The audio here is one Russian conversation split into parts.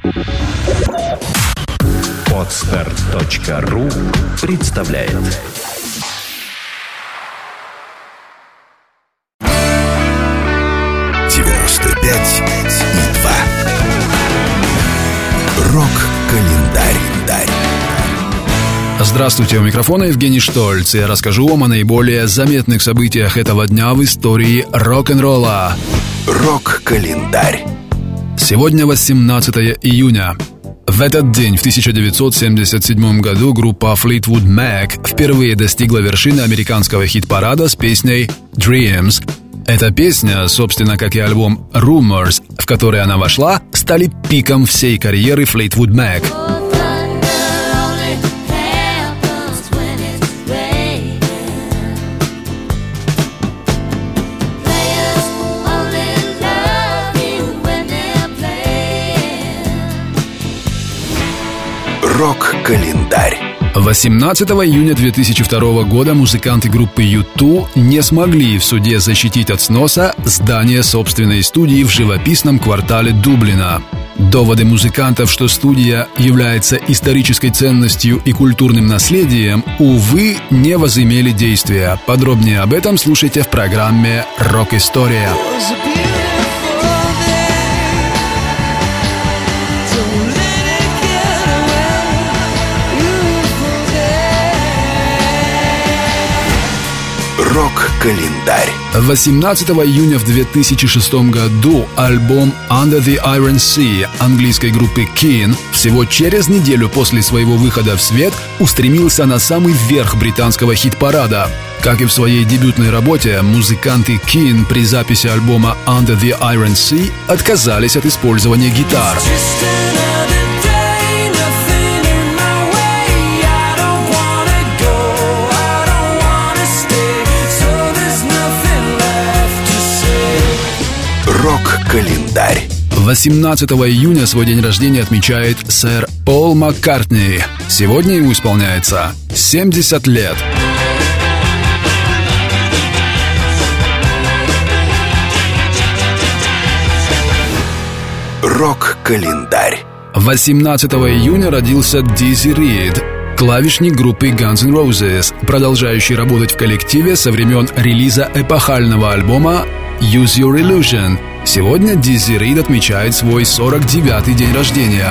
Podster.ru представляет. Рок-календарь. Здравствуйте, у микрофона Евгений Штольц. Я расскажу вам о наиболее заметных событиях этого дня в истории рок-н-ролла. Рок-календарь. Сегодня 18 июня. В этот день, в 1977 году, группа Fleetwood Mac впервые достигла вершины американского хит-парада с песней «Dreams». Эта песня, собственно, как и альбом «Rumors», в который она вошла, стали пиком всей карьеры Fleetwood Mac. Рок-календарь. 18 июня 2002 года музыканты группы U2 не смогли в суде защитить от сноса здание собственной студии в живописном квартале Дублина. Доводы музыкантов, что студия является исторической ценностью и культурным наследием, увы, не возымели действия. Подробнее об этом слушайте в программе «Рок-история». Рок-календарь. 18 июня в 2006 году альбом «Under the Iron Sea» английской группы Keane всего через неделю после своего выхода в свет устремился на самый верх британского хит-парада. Как и в своей дебютной работе, музыканты Keane при записи альбома «Under the Iron Sea» отказались от использования гитар. Рок-календарь. 18 июня свой день рождения отмечает сэр Пол Маккартни. Сегодня ему исполняется 70 лет. Рок-календарь. 18 июня родился Дизи Рид, клавишник группы Guns N' Roses, продолжающий работать в коллективе со времен релиза эпохального альбома «Use Your Illusion». Сегодня Дизи Рид отмечает свой 49-й день рождения.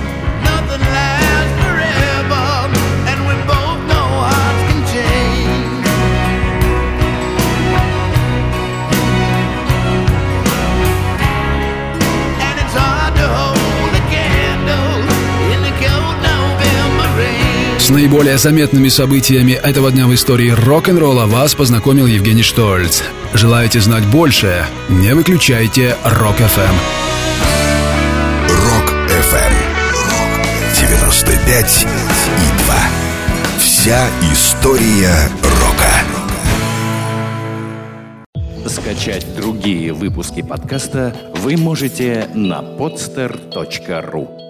С наиболее заметными событиями этого дня в истории рок-н-ролла вас познакомил Евгений Штольц. Желаете знать больше? Не выключайте Рок-ФМ. Рок-ФМ. 95,2. Вся история рока. Скачать другие выпуски подкаста вы можете на podster.ru.